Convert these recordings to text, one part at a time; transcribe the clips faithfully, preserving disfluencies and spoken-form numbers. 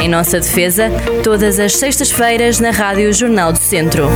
Em Nossa Defesa, todas as sextas-feiras na Rádio Jornal do Centro.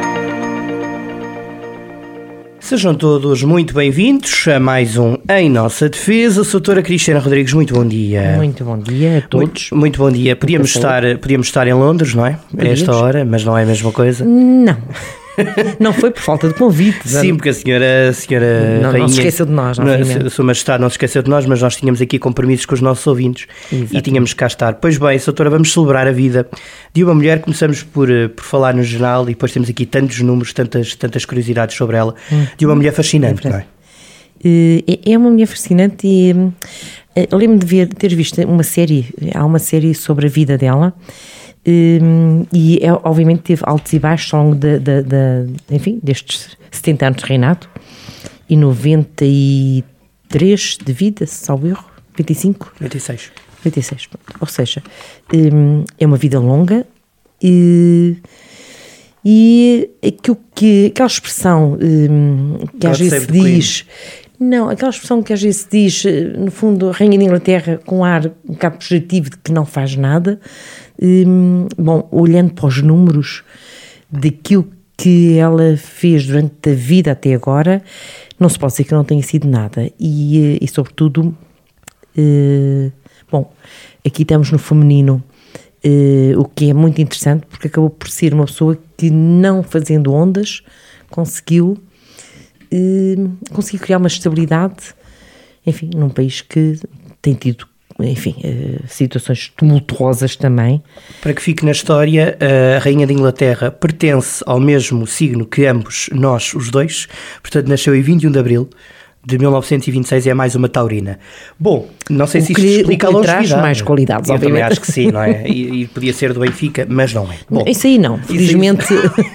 Sejam todos muito bem-vindos a mais um Em Nossa Defesa. Doutora Cristiana Rodrigues, muito bom dia. Muito bom dia a todos. Muito, muito bom dia. Podíamos estar, podíamos estar em Londres, não é? A esta hora, mas não é a mesma coisa. Não. Não foi por falta de convite. Sim, porque a senhora, a senhora não, rainha, não se esqueceu de nós, obviamente. A sua Majestade não se esqueceu de nós, mas nós tínhamos aqui compromissos com os nossos ouvintes. Exatamente. E tínhamos que cá estar. Pois bem, doutora, vamos celebrar a vida de uma mulher. Começamos por, por falar no jornal e depois temos aqui tantos números, tantas, tantas curiosidades sobre ela. Hum. De uma mulher fascinante, é não é? É uma mulher fascinante e eu lembro de ver, ter visto uma série, há uma série sobre a vida dela. Um, e é, obviamente teve altos e baixos ao longo de, de, de, enfim, destes setenta anos de reinado e noventa e três de vida, salvo erro, vinte e cinco? vinte e seis. vinte e seis, ou seja, um, é uma vida longa e, e aquilo que, aquela expressão um, que às vezes se diz... Não, aquela expressão que às vezes se diz, no fundo, a Rainha de Inglaterra com ar um bocado positivo de que não faz nada. Hum, bom, olhando para os números daquilo que ela fez durante a vida até agora, não se pode dizer que não tenha sido nada. E, e sobretudo, eh, bom, aqui estamos no feminino, eh, o que é muito interessante, porque acabou por ser uma pessoa que, não fazendo ondas, conseguiu... Uh, conseguir criar uma estabilidade, enfim, num país que tem tido, enfim, uh, situações tumultuosas também. Para que fique na história, a Rainha de Inglaterra pertence ao mesmo signo que ambos nós, os dois, portanto nasceu em vinte e um de abril de mil novecentos e vinte e seis, e é mais uma taurina. Bom, não sei o se isto que, explica a longevidade. Traz mais qualidades, eu obviamente. também acho que sim, não é? E, e podia ser do Benfica, mas não é. Bom, isso aí não, felizmente.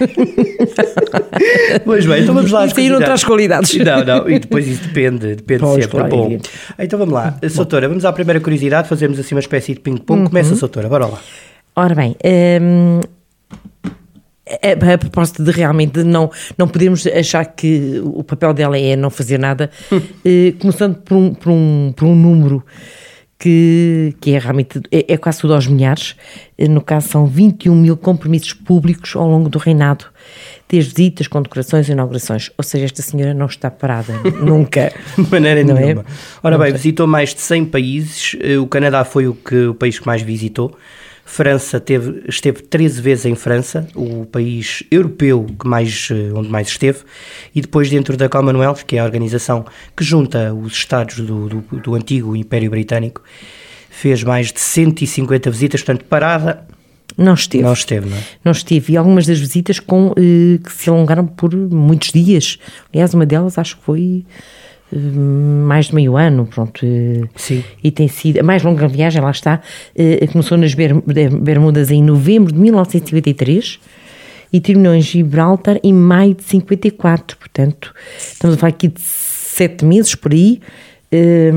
Pois bem, então vamos lá. Isso aí não traz qualidades. Não, não, e depois isso depende, depende pois, sempre. Claro, Bom, então vamos lá. Soutora, vamos à primeira curiosidade, fazemos assim uma espécie de ping-pong. Uhum. Começa, Soutora, bora lá. Ora bem, hum, a, a propósito de realmente não, não podemos achar que o papel dela é não fazer nada, hum. eh, começando por um, por um, por um número que, que é realmente, é, é quase tudo aos milhares. No caso são vinte e um mil compromissos públicos ao longo do reinado, desde visitas, condecorações e inaugurações. Ou seja, esta senhora não está parada, nunca. De maneira não nenhuma. É? Ora não bem, sei. visitou mais de cem países, o Canadá foi o, que, o país que mais visitou, França teve, esteve treze vezes em França, o país europeu que mais, onde mais esteve, e depois dentro da Commonwealth, que é a organização que junta os Estados do, do, do antigo Império Britânico, fez mais de cento e cinquenta visitas, portanto parada... Não esteve. Não esteve, não é? Não esteve. E algumas das visitas com, eh, que se alongaram por muitos dias. Aliás, uma delas acho que foi eh, mais de meio ano, pronto. Eh, Sim. E tem sido a mais longa viagem, lá está. Eh, começou nas Ber- Bermudas em novembro de mil novecentos e cinquenta e três e terminou em Gibraltar em maio de cinquenta e quatro. Portanto, estamos a falar aqui de sete meses por aí. Eh,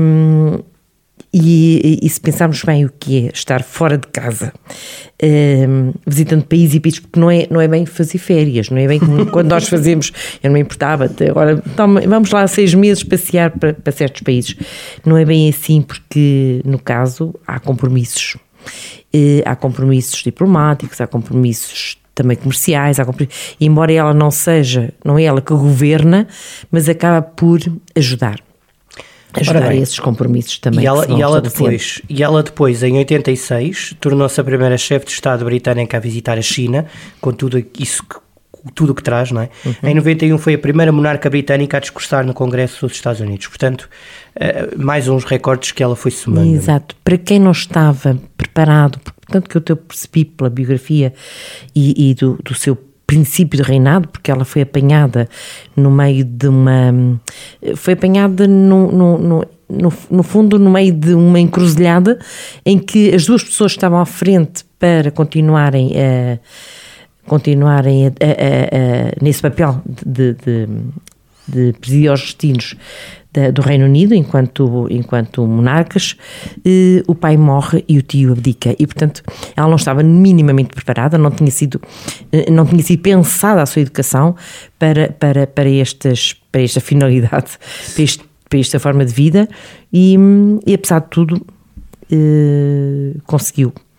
E, e se pensarmos bem o que é estar fora de casa, um, visitando países e países, porque não é, não é bem fazer férias, não é bem como quando nós fazemos, eu não me importava, agora toma, vamos lá seis meses passear para, para certos países. Não é bem assim, porque no caso há compromissos, uh, há compromissos diplomáticos, há compromissos também comerciais, há compromissos, e embora ela não seja, não é ela que governa, mas acaba por ajudar. Ajudar a esses compromissos também. E ela, e, ela depois, e ela depois, em oitenta e seis, tornou-se a primeira chefe de Estado britânica a visitar a China, com tudo isso que tudo o que traz, não é? Uhum. Em noventa e um foi a primeira monarca britânica a discursar no Congresso dos Estados Unidos. Portanto, mais uns recordes que ela foi somando. Exato. Para quem não estava preparado, portanto que eu te percebi pela biografia e, e do, do seu princípio de reinado, porque ela foi apanhada no meio de uma... Foi apanhada no, no, no, no, no fundo no meio de uma encruzilhada em que as duas pessoas que estavam à frente para continuarem a... continuarem a, a, a, a, nesse papel de, de, de presidir os destinos da, do Reino Unido enquanto, enquanto monarcas, eh, o pai morre e o tio abdica e portanto ela não estava minimamente preparada, não tinha sido, eh, não tinha sido pensada a sua educação para, para, para, estas, para esta finalidade, para, este, para esta forma de vida e, e apesar de tudo eh, conseguiu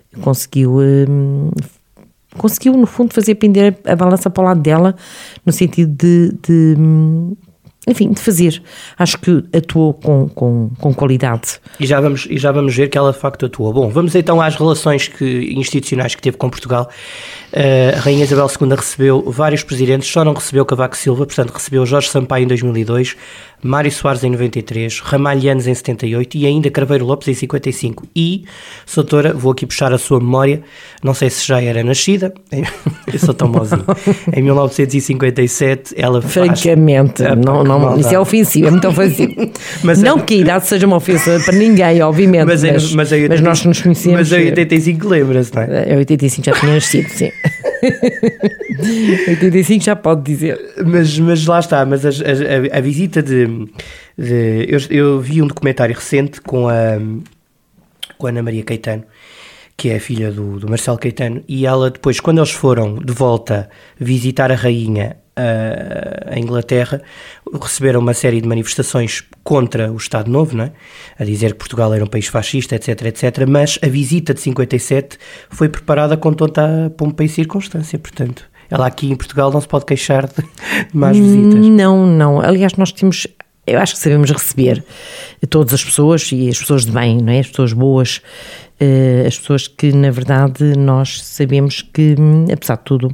conseguiu, hum, conseguiu no fundo fazer pender a balança para o lado dela, no sentido de, de enfim, de fazer. Acho que atuou com, com, com qualidade. E já, vamos, e já vamos ver que ela de facto atuou. Bom, vamos então às relações que, institucionais que teve com Portugal. Uh, a Rainha Isabel segunda recebeu vários presidentes, só não recebeu Cavaco Silva, portanto recebeu Jorge Sampaio em dois mil e dois, Mário Soares em noventa e três, Ramalhianes em setenta e oito e ainda Craveiro Lopes em cinquenta e cinco. E, doutora, vou aqui puxar a sua memória, não sei se já era nascida, eu sou tão mauzinho, em mil novecentos e cinquenta e sete ela faz... Francamente, ah, não, não, isso é ofensivo, é muito ofensivo. Mas não é... que a idade seja uma ofensa para ninguém, obviamente, mas, é, mas, mas, oitenta, mas nós nos conhecemos... Mas em oitenta e cinco lembra-se, não é? Em oitenta e cinco já tinha nascido, sim. oitenta e cinco já pode dizer. Mas, mas lá está, mas a, a, a visita de... de eu, eu vi um documentário recente com a, com a Ana Maria Caetano, que é a filha do, do Marcelo Caetano, e ela depois, quando eles foram de volta visitar a rainha a, a Inglaterra, receberam uma série de manifestações contra o Estado Novo, não é? A dizer que Portugal era um país fascista, etc, etcétera. Mas a visita de cinquenta e sete foi preparada com toda a pompa e circunstância, portanto, ela aqui em Portugal não se pode queixar de, de más visitas. Não, não. Aliás, nós temos... Eu acho que sabemos receber todas as pessoas e as pessoas de bem, não é? As pessoas boas, as pessoas que, na verdade, nós sabemos que, apesar de tudo,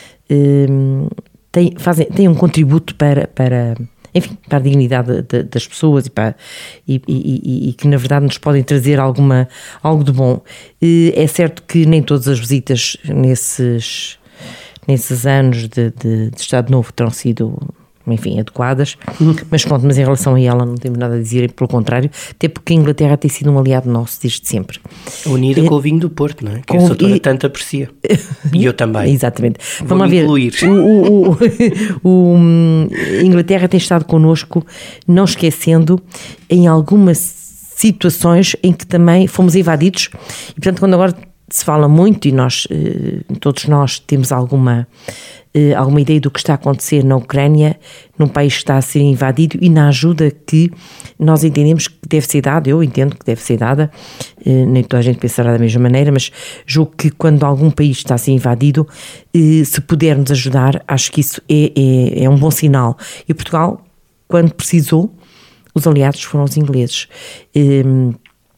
têm, fazem, têm um contributo para, para, enfim, para a dignidade de, das pessoas e, para, e, e, e que, na verdade, nos podem trazer alguma, algo de bom. É certo que nem todas as visitas nesses, nesses anos de, de, de Estado Novo terão sido... enfim, adequadas, uhum. mas pronto, mas em relação a ela não temos nada a dizer, pelo contrário, até porque a Inglaterra tem sido um aliado nosso desde sempre. Unida é, com o vinho do Porto, não é? Que a doutora tanto aprecia. E eu também. Exatamente. Vou Vamos ver. Incluir. O, o, o, o, a Inglaterra tem estado connosco, não esquecendo, em algumas situações em que também fomos invadidos, e portanto quando agora se fala muito, e nós, todos nós temos alguma... alguma ideia do que está a acontecer na Ucrânia, num país que está a ser invadido, e na ajuda que nós entendemos que deve ser dada, eu entendo que deve ser dada, nem toda a gente pensará da mesma maneira, mas julgo que quando algum país está a ser invadido, se pudermos ajudar, acho que isso é, é, é um bom sinal. E Portugal, quando precisou, os aliados foram os ingleses. E,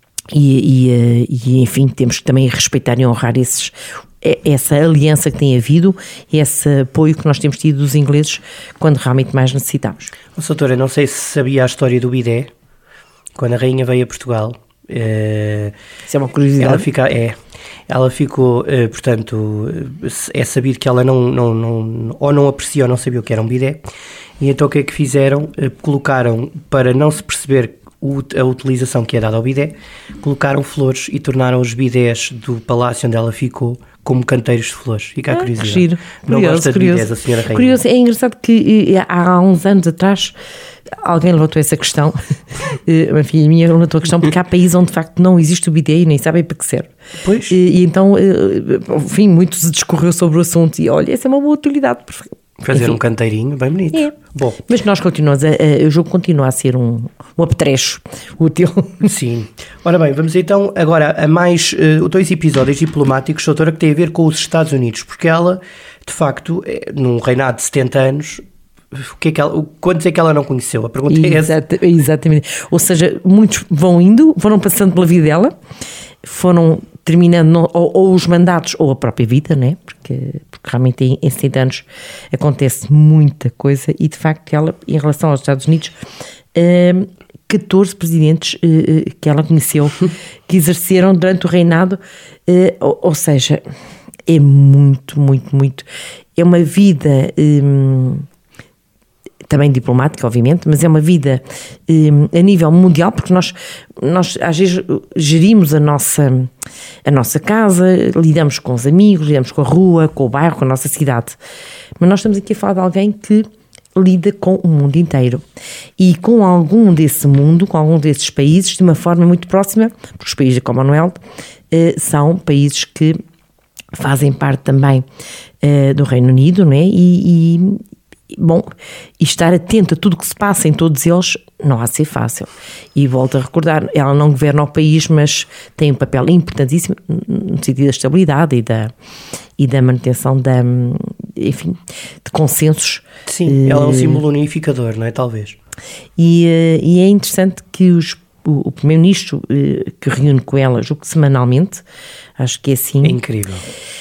e, e enfim, temos que também respeitar e honrar esses... essa aliança que tem havido, esse apoio que nós temos tido dos ingleses quando realmente mais necessitamos. Oh, doutora, não sei se sabia a história do bidé, quando a rainha veio a Portugal. Uh, Isso é uma curiosidade. Ela, fica, é, ela ficou, uh, portanto, é sabido que ela não, não, não, ou não aprecia ou não sabia o que era um bidé, e então o que é que fizeram? Uh, colocaram, para não se perceber a utilização que é dada ao bidé, colocaram flores e tornaram os bidés do palácio onde ela ficou como canteiros de flores. Fica a curiosidade. Ah, giro. Não curioso, gosta de curioso. bidés, a senhora rainha. Curioso, é engraçado que há uns anos atrás alguém levantou essa questão, enfim, a minha levantou a questão, porque há países onde de facto não existe o bidé e nem sabem para que serve. Pois. E, e então, enfim, muito se discorreu sobre o assunto e olha, essa é uma boa utilidade. Fazer enfim, um canteirinho bem bonito. É. Bom. Mas nós continuamos, a, a, o jogo continua a ser um, um apetrecho útil. Sim. Ora bem, vamos então agora a mais uh, dois episódios diplomáticos, doutora, que têm a ver com os Estados Unidos, porque ela, de facto, é, num reinado de setenta anos, o que é que ela, quantos é que ela não conheceu? A pergunta é essa. Exatamente. Ou seja, muitos vão indo, foram passando pela vida dela, foram terminando ou, ou os mandatos ou a própria vida, né? porque, porque realmente em, em setenta anos acontece muita coisa e de facto ela, em relação aos Estados Unidos, uh, catorze presidentes uh, que ela conheceu que exerceram durante o reinado, uh, ou, ou seja, é muito, muito, muito, é uma vida... Um, também diplomática, obviamente, mas é uma vida eh, a nível mundial, porque nós, nós às vezes gerimos a nossa, a nossa casa, lidamos com os amigos, lidamos com a rua, com o bairro, com a nossa cidade, mas nós estamos aqui a falar de alguém que lida com o mundo inteiro e com algum desse mundo, com algum desses países, de uma forma muito próxima, porque os países da Commonwealth eh, são países que fazem parte também eh, do Reino Unido, não é? E, e bom, e estar atento a tudo o que se passa em todos eles não há de ser fácil. E volto a recordar, ela não governa o país, mas tem um papel importantíssimo no sentido da estabilidade e da, e da manutenção da, enfim, de consensos. Sim, ela é um símbolo unificador, não é? Talvez. E, e é interessante que os, o, o primeiro-ministro que reúne com ela, julgo que semanalmente, acho que é assim. É incrível.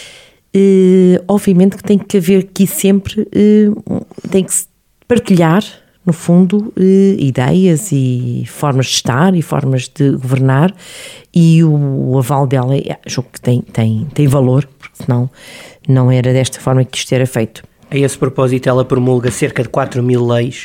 Uh, obviamente que tem que haver aqui sempre, uh, tem que se partilhar, no fundo, uh, ideias e formas de estar e formas de governar, e o, o aval dela, acho que tem, tem, tem valor, porque senão não era desta forma que isto era feito. A esse propósito, ela promulga cerca de quatro mil leis,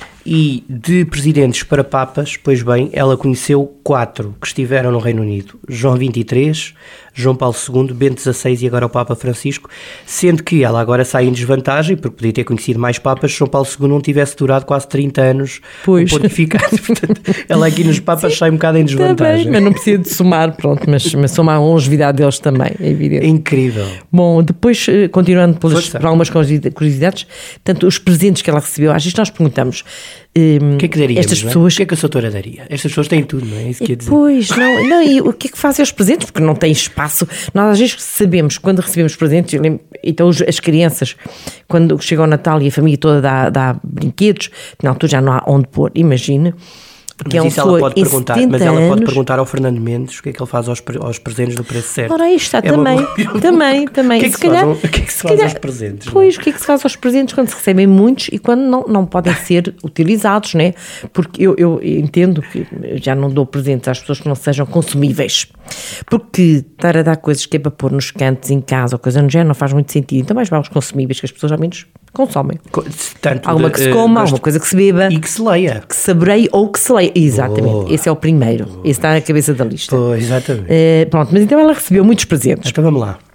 e de presidentes para papas, pois bem, ela conheceu quatro que estiveram no Reino Unido: João vinte e três, João Paulo segundo, Bento dezasseis e agora o Papa Francisco, sendo que ela agora sai em desvantagem, porque podia ter conhecido mais papas se João Paulo segundo não tivesse durado quase trinta anos pois. o pontificado. Portanto, ela aqui nos papas Sim, sai um bocado em desvantagem. Tá bem, mas não precisa de somar, pronto, mas, mas somar a longevidade deles também, é evidente. É incrível. Bom, depois, continuando pelas, por algumas curiosidades, tanto os presentes que ela recebeu, às vezes nós perguntamos, Um, o que é que daríamos, estas pessoas... O que é que a doutora daria? Estas pessoas têm tudo, não é? Isso que quer dizer. Pois, não, não, e o que é que fazem os presentes? Porque não tem espaço. Nós às vezes sabemos, quando recebemos presentes, então as crianças, quando chega o Natal e a família toda dá, dá brinquedos, na altura já não há onde pôr, imagina. Porque mas, é um isso ela pode perguntar, mas ela anos. pode perguntar ao Fernando Mendes o que é que ele faz aos, aos presentes do preço certo. Ora, aí está, é também, uma... também, também. O que é que se, calhar, faz, o que é que se faz calhar, aos presentes? Pois, não? O que é que se faz aos presentes quando se recebem muitos e quando não, não podem ser utilizados, né? Porque eu, eu entendo que eu já não dou presentes às pessoas que não sejam consumíveis. Porque estar a dar coisas que é para pôr nos cantos em casa ou coisa no género não faz muito sentido. Então mais vale os consumíveis que as pessoas ao menos consomem. Tanto alguma de, que se coma, uh, alguma coisa que se beba. E que se leia. Que se saboreie ou que se leia. Exatamente. Oh. Esse é o primeiro. Oh. Esse está na cabeça da lista. Oh, exatamente. Uh, pronto, mas então ela recebeu muitos presentes. Então vamos lá.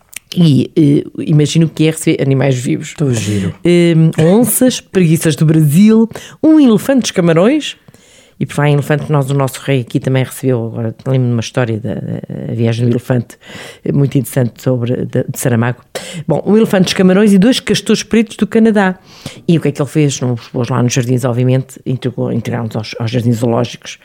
E uh, imagino o que é receber animais vivos. Estou giro. Uh, onças, preguiças do Brasil, um elefante dos Camarões. E por falar em elefante, nós, o nosso rei aqui também recebeu, agora lembro-me de uma história da, da viagem do elefante, muito interessante, sobre, de, de Saramago. Bom, um elefante dos Camarões e dois castores pretos do Canadá. E o que é que ele fez? Não os pôs lá nos jardins, obviamente, entregou, entregaram-nos aos, aos jardins zoológicos,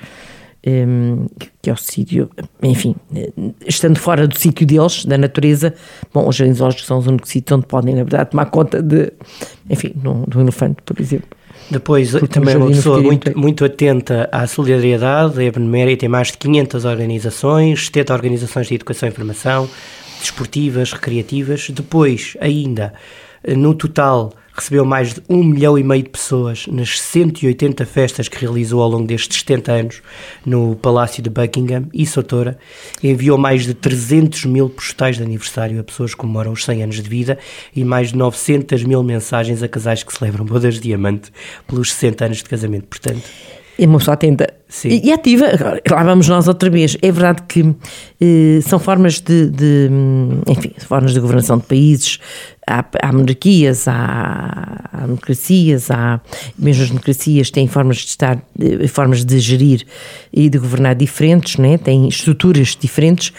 um, que é o sítio, enfim, estando fora do sítio deles, da natureza. Bom, os jardins zoológicos são os únicos sítios onde podem, na verdade, tomar conta de, enfim, de um elefante, por exemplo. Depois, porque também uma pessoa muito, muito atenta à solidariedade, é benemérita, tem mais de quinhentas organizações, setenta organizações de educação e informação, desportivas, recreativas. Depois, ainda, no total, recebeu mais de um milhão e meio de pessoas nas cento e oitenta festas que realizou ao longo destes setenta anos no Palácio de Buckingham. E Soutora enviou mais de trezentos mil postais de aniversário a pessoas que comemoram os cem anos de vida e mais de novecentas mil mensagens a casais que celebram bodas de diamante pelos sessenta anos de casamento. Portanto, é uma pessoa atenta e, e ativa. Agora, lá vamos nós outra vez. É verdade que eh, são formas de, de, enfim, formas de governação de países. Há, há monarquias, há, há democracias, há, mesmo as democracias têm formas de estar, formas de gerir e de governar diferentes, né? Têm estruturas diferentes.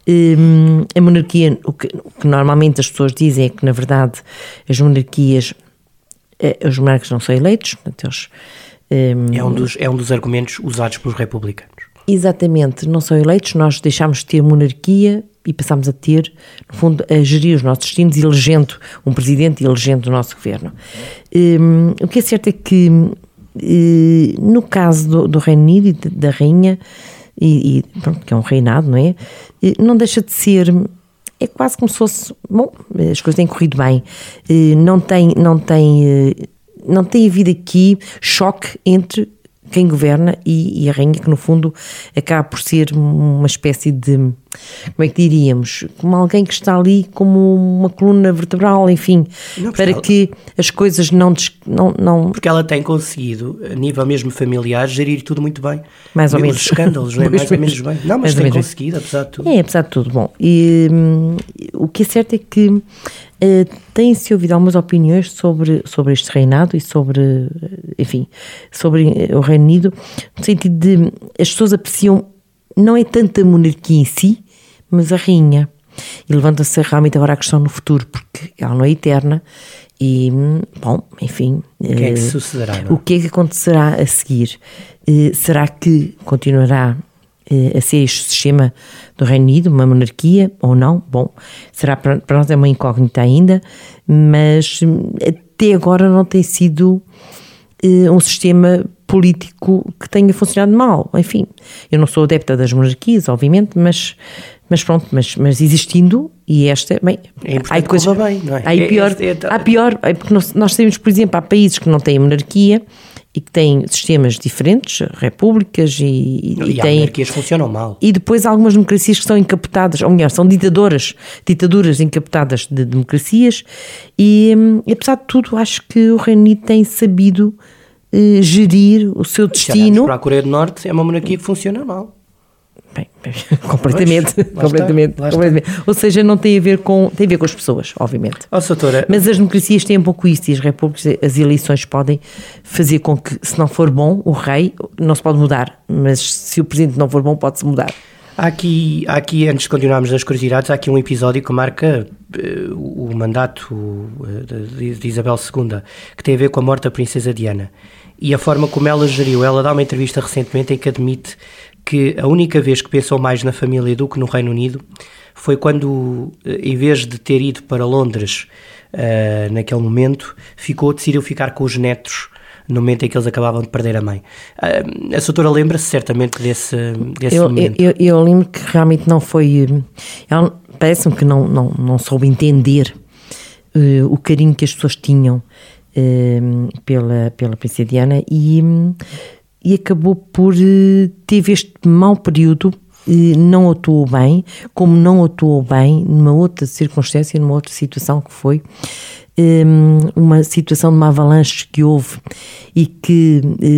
Um, a monarquia, o que, o que normalmente as pessoas dizem é que, na verdade, as monarquias, os monarcas não são eleitos, portanto, eles... Um, é, um dos, é um dos argumentos usados pelos republicanos. Exatamente, não são eleitos, nós deixámos de ter monarquia e passámos a ter, no fundo, a gerir os nossos destinos, elegendo um presidente e elegendo o nosso governo. Um, o que é certo é que, um, no caso do, do Reino Unido e da Rainha, e, e pronto, que é um reinado, não é? Não deixa de ser, é quase como se fosse, bom, as coisas têm corrido bem, não tem, não tem, não tem havido aqui choque entre quem governa e, e a rainha, que no fundo acaba por ser uma espécie de, como é que diríamos, como alguém que está ali como uma coluna vertebral, enfim, não, para ela, que as coisas não, não, não... Porque ela tem conseguido, a nível mesmo familiar, gerir tudo muito bem. Mais ou menos. Os escândalos, não é? Mais ou menos bem. Não, mas tem conseguido, apesar de tudo. É, apesar de tudo. Bom, e hum, o que é certo é que Uh, tem-se ouvido algumas opiniões sobre, sobre este reinado e sobre, enfim, sobre o Reino Unido, no sentido de as pessoas apreciam, não é tanto a monarquia em si, mas a rainha. e levanta-se realmente agora a questão no futuro, porque ela não é eterna e, bom, enfim... O que é que sucederá? Não? O que é que acontecerá a seguir? Será que continuará a ser este sistema do Reino Unido, uma monarquia ou não? Bom, será para, para nós é uma incógnita ainda, mas até agora não tem sido uh, um sistema político que tenha funcionado mal. Enfim, eu não sou adepta das monarquias, obviamente, mas, mas pronto, mas, mas existindo, e esta, bem, é há coisas bem, não é? Há é, pior, é, é, há pior, é porque nós, nós sabemos, por exemplo, há países que não têm monarquia e que têm sistemas diferentes, repúblicas e, e, e têm... monarquias funcionam mal. E depois há algumas democracias que são encapotadas, ou melhor, são ditadoras, ditaduras encapotadas de democracias e, e apesar de tudo, acho que o Reino Unido tem sabido eh, gerir o seu destino. Para a Coreia do Norte é uma monarquia que funciona mal. Bem, bem, completamente, pois, lá completamente, está, lá completamente. está. Ou seja, não tem a ver com, tem a ver com as pessoas, obviamente. Oh, doutora, mas as democracias têm um pouco isso, e as repúblicas, as eleições podem fazer com que, se não for bom, o rei não se pode mudar, mas se o presidente não for bom, pode-se mudar. Há aqui, há aqui, antes de continuarmos nas curiosidades, há aqui um episódio que marca uh, o mandato uh, de, de Isabel segunda, que tem a ver com a morte da princesa Diana. E a forma como ela geriu. Ela dá uma entrevista recentemente em que admite que a única vez que pensou mais na família do que no Reino Unido foi quando, em vez de ter ido para Londres uh, naquele momento, ficou, decidiu ficar com os netos no momento em que eles acabavam de perder a mãe. Uh, a doutora lembra-se certamente desse, desse eu, momento. Eu, eu, eu lembro que realmente não foi... Ela, parece-me que não, não, não soube entender uh, o carinho que as pessoas tinham uh, pela, pela princesa Diana e... e acabou por ter este mau período, não atuou bem, como não atuou bem numa outra circunstância, numa outra situação que foi uma situação de uma avalanche que houve e que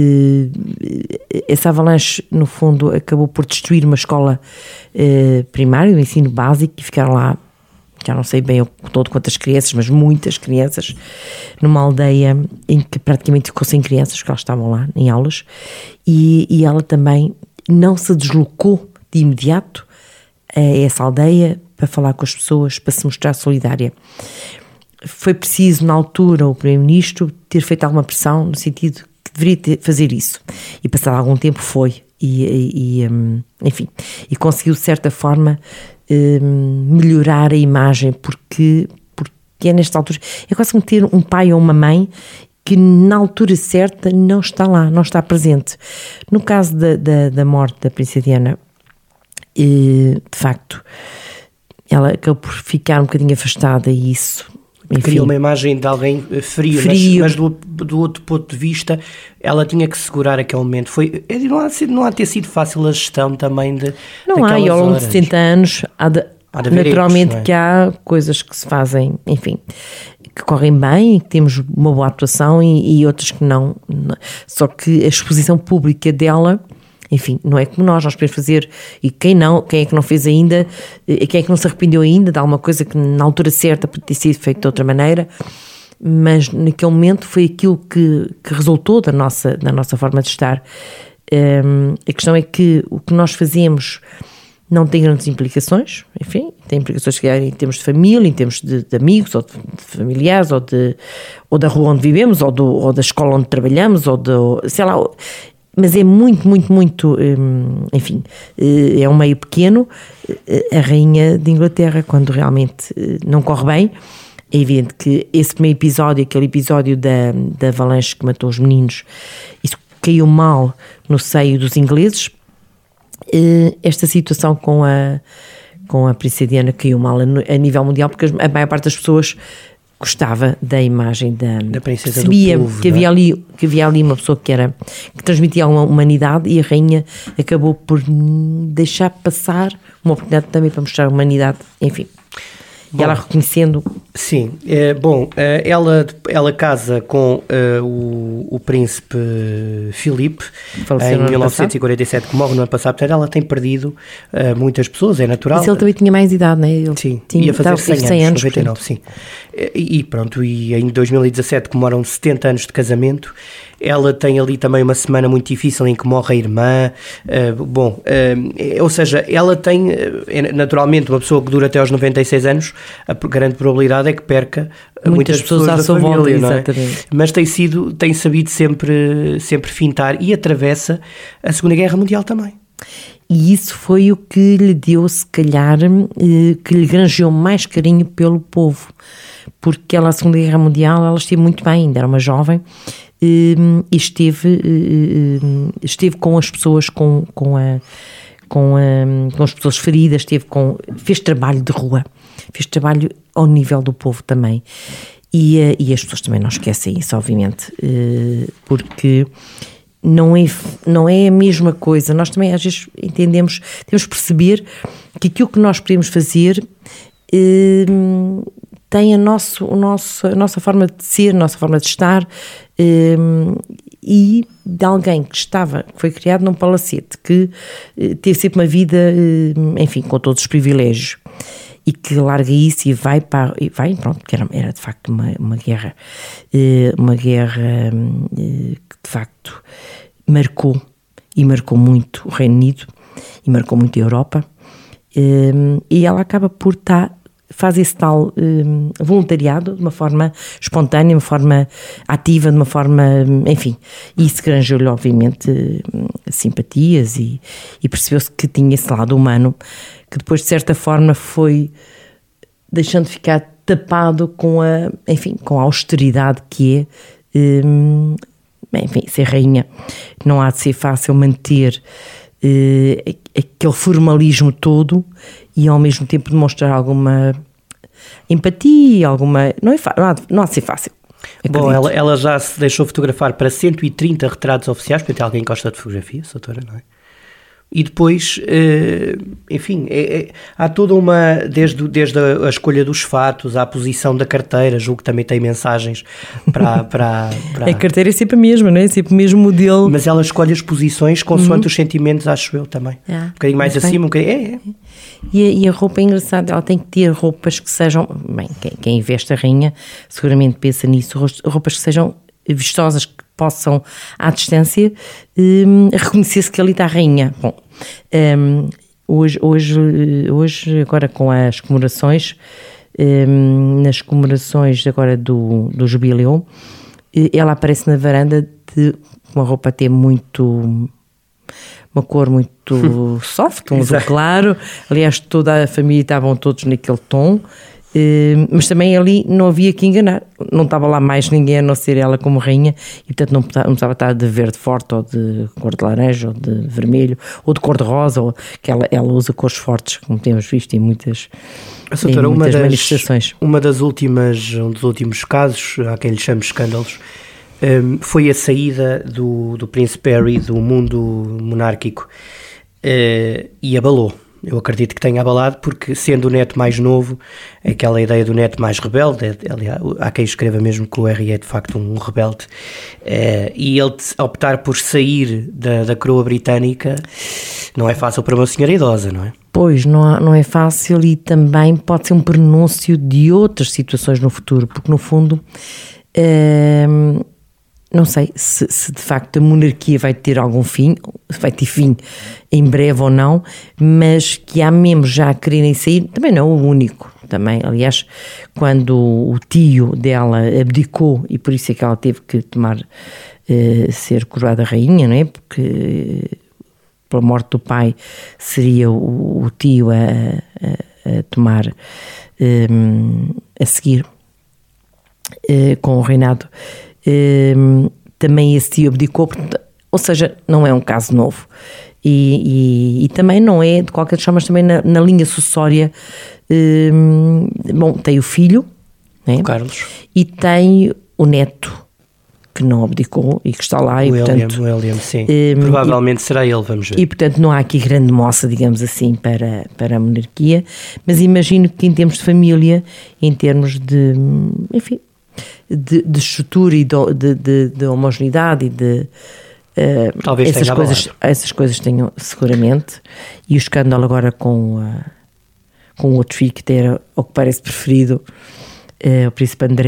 essa avalanche, no fundo, acabou por destruir uma escola primária, o ensino básico, e ficaram lá, já não sei bem todo quantas crianças, mas muitas crianças, numa aldeia em que praticamente ficou sem crianças, porque elas estavam lá em aulas, e, e ela também não se deslocou de imediato a essa aldeia para falar com as pessoas, para se mostrar solidária. Foi preciso, na altura, o Primeiro-Ministro ter feito alguma pressão no sentido que deveria ter, fazer isso, e passado algum tempo foi, e, e, e enfim, e conseguiu de certa forma melhorar a imagem, porque, porque é nesta altura, é quase como ter um pai ou uma mãe que na altura certa não está lá, não está presente. No caso da, da, da morte da princesa Diana, de facto, ela acabou por ficar um bocadinho afastada e isso... Criou uma imagem de alguém frio, frio. Mas, mas do, do outro ponto de vista, ela tinha que segurar aquele momento. Foi, não, há, não há ter sido fácil a gestão também de Não há, e ao longo de setenta anos há de, há de naturalmente erros, é? Que há coisas que se fazem, enfim, que correm bem, que temos uma boa atuação e, e outras que não, não. Só que a exposição pública dela... Enfim, não é como nós, nós podemos fazer, e quem não, quem é que não fez ainda, quem é que não se arrependeu ainda de alguma coisa que na altura certa podia ter sido feito de outra maneira, mas naquele momento foi aquilo que, que resultou da nossa, da nossa forma de estar. Um, a questão é que o que nós fazemos não tem grandes implicações, enfim, tem implicações que em termos de família, em termos de, de amigos, ou de, de familiares, ou, de, ou da rua onde vivemos, ou, do, ou da escola onde trabalhamos, ou do, sei lá... Mas é muito, muito, muito, enfim, é um meio pequeno. A rainha de Inglaterra, quando realmente não corre bem, é evidente que esse primeiro episódio, aquele episódio da, da avalanche que matou os meninos, isso caiu mal no seio dos ingleses. Esta situação com a, com a princesa Diana caiu mal a, a nível mundial, porque a maior parte das pessoas gostava da imagem da, da princesa percebia do povo, que havia é? ali que havia ali uma pessoa que era que transmitia uma humanidade, e a rainha acabou por deixar passar uma oportunidade também para mostrar a humanidade, enfim. Bom, e ela reconhecendo... Sim, é, bom, ela, ela casa com uh, o, o príncipe Filipe em mil novecentos e quarenta e sete, que morre no ano passado. Portanto, ela tem perdido uh, muitas pessoas, é natural. Mas ele também tinha mais idade, não é? Ele sim, tinha, ia fazer cem, cem anos, noventa e nove, sim. E, e pronto, e em dois mil e dezassete comemoram setenta anos de casamento, ela tem ali também uma semana muito difícil em que morre a irmã, uh, bom, uh, ou seja, ela tem, uh, naturalmente, uma pessoa que dura até aos noventa e seis anos, a grande probabilidade é que perca muitas, muitas pessoas, pessoas à sua família, volta, exatamente. Mas tem sido, tem sabido sempre, sempre fintar e atravessa a Segunda Guerra Mundial também. E isso foi o que lhe deu, se calhar, que lhe granjeou mais carinho pelo povo, porque ela, a Segunda Guerra Mundial, ela esteve muito bem, ainda era uma jovem, e esteve, esteve com as pessoas, com, com, a, com, a, com as pessoas feridas, esteve com, fez trabalho de rua, fez trabalho ao nível do povo também. E, e as pessoas também não esquecem isso, obviamente, porque não é, não é a mesma coisa. Nós também às vezes entendemos, temos de perceber que aquilo que nós podemos fazer eh, tem a, nosso, o nosso, a nossa forma de ser, a nossa forma de estar, eh, e de alguém que estava, que foi criado num palacete, que eh, teve sempre uma vida, eh, enfim, com todos os privilégios, e que larga isso e vai para, e vai, pronto, que era, era de facto uma, uma guerra, uma guerra que de facto marcou, e marcou muito o Reino Unido, e marcou muito a Europa, e ela acaba por estar, faz esse tal voluntariado de uma forma espontânea, de uma forma ativa, de uma forma, enfim, e isso granjou-lhe obviamente simpatias, e, e percebeu-se que tinha esse lado humano, que depois de certa forma foi deixando de ficar tapado com a, enfim, com a austeridade que é, hum, enfim, ser rainha. Não há de ser fácil manter uh, aquele formalismo todo e ao mesmo tempo demonstrar alguma empatia, alguma... Não, é não, há, não há de ser fácil. Acredito. Bom, ela, ela já se deixou fotografar para cento e trinta retratos oficiais, porque alguém gosta de fotografia, doutora, não é? E depois, enfim, é, é, há toda uma, desde, desde a, a escolha dos fatos, à posição da carteira, julgo que também tem mensagens para... para, para... A carteira é sempre a mesma, não é? Sempre o mesmo modelo. Mas ela escolhe as posições consoante uhum. os sentimentos, acho eu também. É. Um bocadinho mais acima, um bocadinho... É, é. E, a, e a roupa é engraçada, ela tem que ter roupas que sejam... Bem, quem, quem veste a rainha seguramente pensa nisso, roupas que sejam vistosas, que possam, à distância, um, reconhecer-se que ali está a rainha. Bom, um, hoje, hoje, hoje, agora com as comemorações, um, nas comemorações agora do, do jubileu, ela aparece na varanda de uma roupa até muito... uma cor muito soft, um azul claro. Aliás, toda a família estavam todos naquele tom. Uh, mas também ali não havia que enganar, não estava lá mais ninguém a não ser ela como rainha, e portanto não, não precisava estar de verde forte ou de cor de laranja ou de vermelho ou de cor de rosa, ou que ela, ela usa cores fortes, como temos visto em muitas, em muitas uma das, manifestações. Uma das últimas, um dos últimos casos, há quem lhe chame escândalos, um, foi a saída do, do príncipe Harry do mundo monárquico, uh, e abalou. Eu acredito que tenha abalado, porque sendo o neto mais novo, aquela ideia do neto mais rebelde, aliás, há quem escreva mesmo que o Harry é de facto um rebelde, é, e ele optar por sair da, da coroa britânica não é fácil para uma senhora idosa, não é? Pois, não, há, não é fácil, e também pode ser um prenúncio de outras situações no futuro, porque no fundo... É, não sei se, se de facto a monarquia vai ter algum fim, vai ter fim em breve ou não, mas que há membros já a quererem sair, também não é o único, também, aliás, quando o tio dela abdicou, e por isso é que ela teve que tomar, eh, ser coroada rainha, não é? Porque pela morte do pai seria o, o tio a, a, a tomar, eh, a seguir, eh, com o reinado. Um, também esse tio abdicou, ou seja, não é um caso novo, e, e, e também não é, de qualquer forma, também na, na linha sucessória, um, bom, tem o filho, né? O Carlos, e tem o neto, que não abdicou e que está lá, e, William, portanto, William, sim. Um, provavelmente e, será ele, vamos ver. E portanto não há aqui grande moça, digamos assim, para, para a monarquia, mas imagino que em termos de família, em termos de, enfim, De, de estrutura e de, de, de homogeneidade e de uh, Talvez essas coisas, essas coisas tenham seguramente, e o escândalo agora com, uh, com o outro filho que era, ao que parece, preferido, uh, o príncipe André,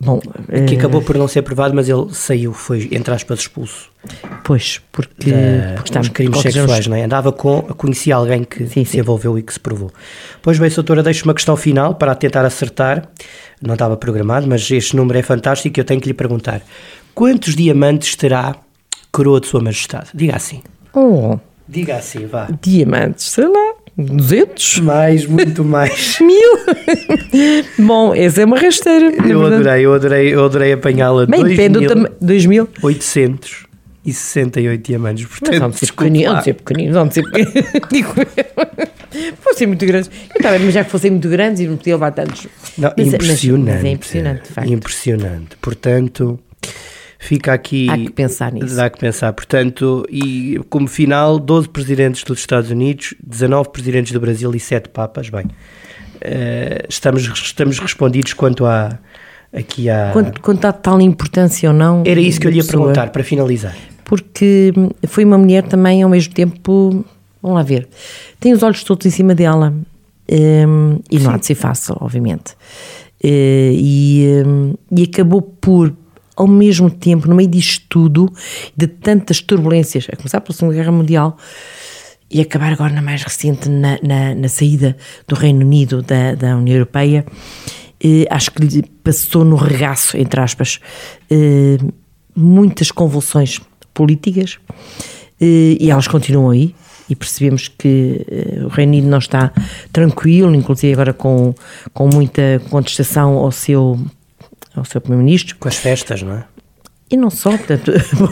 Bom, que acabou por não ser aprovado, mas ele saiu, foi, entre aspas, expulso. Pois, porque, da, porque está os crimes sexuais, não é? Andava com, conhecia alguém que sim, se sim. envolveu e que se provou. Pois bem, doutora, deixo uma questão final para tentar acertar. Não estava programado, mas este número é fantástico e eu tenho que lhe perguntar. Quantos diamantes terá coroa de Sua Majestade? Diga assim. Oh. Diga assim, vá. Diamantes, sei lá, duzentos? Mais, muito mais. Mil? Bom, essa é uma rasteira. Eu adorei, eu adorei, eu adorei apanhá-la. Bem, depende do tamanho. dois mil? oitocentos e sessenta e oito diamantes. Portanto, não de ser pequeninos, não de ser pequeninos, não de ser pequeninos. Digo eu. Fossem muito grandes. Eu estava a imaginar que fossem muito grandes e não podia levar tantos. Não, mas, impressionante. Mas, mas é impressionante, de facto. Impressionante. Portanto... Fica aqui... Há que pensar nisso. Há que pensar. Portanto, e como final, doze presidentes dos Estados Unidos, dezanove presidentes do Brasil e sete papas. Bem, uh, estamos, estamos respondidos quanto a... Aqui a... Quanto, quanto a tal importância ou não... Era isso que eu lhe ia perguntar, para finalizar. Porque foi uma mulher também, ao mesmo tempo... Vamos lá ver. Tem os olhos todos em cima dela. Um, e não Sim. há de ser fácil, obviamente. Uh, e, um, e acabou por... ao mesmo tempo, no meio disto tudo, de tantas turbulências, a começar pela Segunda Guerra Mundial e acabar agora na mais recente, na, na, na saída do Reino Unido da, da União Europeia, eh, acho que lhe passou no regaço, entre aspas, eh, muitas convulsões políticas eh, e elas continuam aí e percebemos que eh, o Reino Unido não está tranquilo, inclusive agora com, com muita contestação ao seu... ao seu primeiro-ministro. Com as festas, não é? E não só, portanto,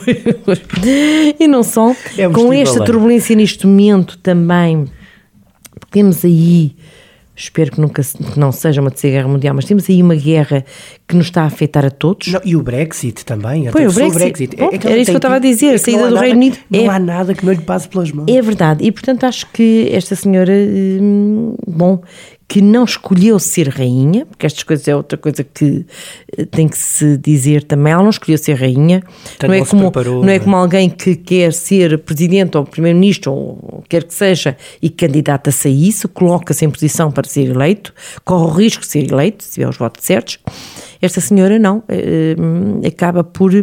e não só, é com esta turbulência neste momento também, temos aí, espero que nunca que não seja uma terceira guerra mundial, mas temos aí uma guerra que nos está a afetar a todos. Não, e o Brexit também. Foi o Brexit. O Brexit. Bom, é era isso que eu estava a dizer, a saída do nada, Reino Unido. Não é, há nada que não lhe passe pelas mãos. É verdade, e portanto acho que esta senhora, hum, bom, que não escolheu ser rainha, porque estas coisas é outra coisa que tem que se dizer também, ela não escolheu ser rainha, então não, é como, preparou, não é como alguém que quer ser presidente ou primeiro-ministro ou quer que seja e candidata-se a isso, coloca-se em posição para ser eleito, corre o risco de ser eleito, se tiver os votos certos. Esta senhora não, acaba por...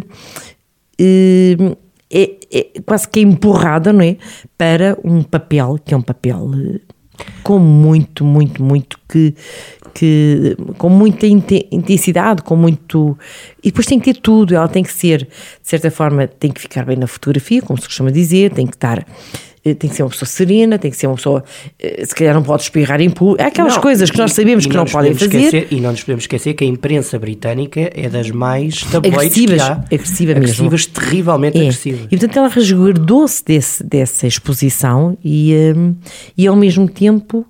É, é quase que é empurrada, não é, para um papel, que é um papel... com muito, muito, muito que, que com muita intensidade, com muito, e depois tem que ter tudo, ela tem que ser, de certa forma, tem que ficar bem na fotografia, como se costuma dizer, tem que estar, tem que ser uma pessoa serena, tem que ser uma pessoa, se calhar não pode espirrar em público, há aquelas não, coisas que nós sabemos que não, não podem fazer. Esquecer, e não nos podemos esquecer que a imprensa britânica é das mais tabloides agressivas, que há, agressiva agressivas mesmo. terrivelmente é. agressivas. E portanto ela resguardou-se desse, dessa exposição e, um, e ao mesmo tempo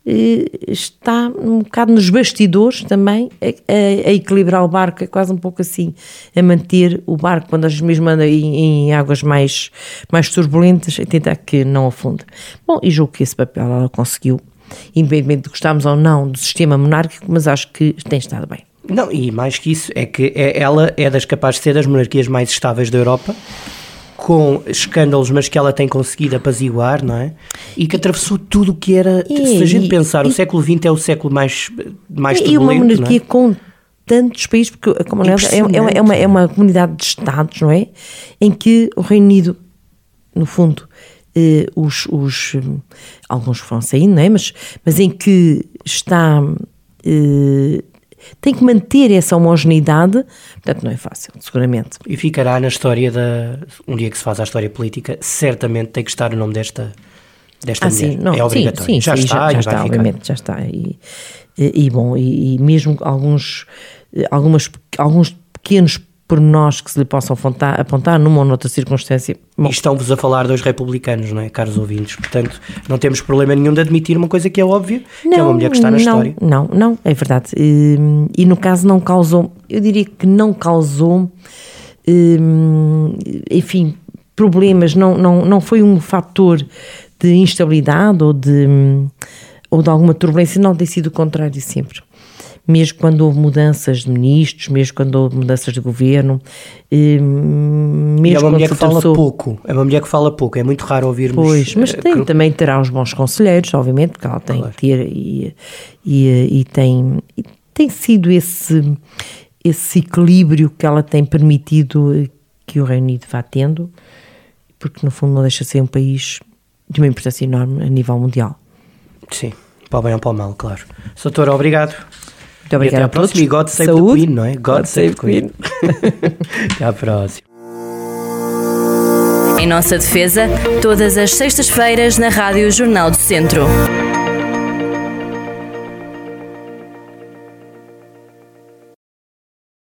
está um bocado nos bastidores também a, a, a equilibrar o barco, é quase um pouco assim, a manter o barco quando às vezes mesmo anda em, em águas mais, mais turbulentas, a tentar que não afunde. Bom, e julgo que esse papel ela conseguiu, independentemente de gostarmos ou não do sistema monárquico, mas acho que tem estado bem. Não, e mais que isso, é que é, ela é das capazes de ser das monarquias mais estáveis da Europa, com escândalos, mas que ela tem conseguido apaziguar, não é? E que atravessou tudo o que era, e, se a gente pensar, e, o século vinte é o século mais, mais e turbulento, e uma monarquia não é? Com tantos países, porque a Commonwealth é, é, uma, é, uma, é uma comunidade de Estados, não é? Em que o Reino Unido, no fundo, eh, os, os, alguns foram saindo, não é? Mas, mas em que está... Eh, tem que manter essa homogeneidade, portanto não é fácil, seguramente. E ficará na história da... Um dia que se faz a história política, certamente tem que estar o nome desta, desta ah, mulher. Sim, não, é obrigatório. Sim, sim, já, sim, está, já, já já está, vai obviamente, ficar. já está. E, e, e bom, e, e mesmo alguns, algumas, alguns pequenos pormenores que se lhe possam apontar, apontar numa ou noutra circunstância. Bom. E estão-vos a falar dos republicanos, não é, caros ouvintes? Portanto, não temos problema nenhum de admitir uma coisa que é óbvia, não, que é uma mulher que está na não, história. Não, não, é verdade. E, e no caso não causou, eu diria que não causou, enfim, problemas, não, não, não foi um fator de instabilidade ou de, ou de alguma turbulência, não, tem sido o contrário sempre. Mesmo quando houve mudanças de ministros, mesmo quando houve mudanças de governo, mesmo e é uma mulher quando que fala pouco, é uma mulher que fala pouco, é muito raro ouvirmos. Pois, mas tem, uh, também terá os bons conselheiros, obviamente, porque ela tem claro. que ter, e, e, e, tem, e tem sido esse, esse equilíbrio que ela tem permitido que o Reino Unido vá tendo, porque no fundo não deixa de ser um país de uma importância enorme a nível mundial. Sim, para o bem ou para o mal, claro. Doutora, obrigado. Muito obrigado. E até à próxima. E God save the Queen, não é? God, God save the Queen. Até à próxima. Em nossa defesa, todas as sextas-feiras na Rádio Jornal do Centro.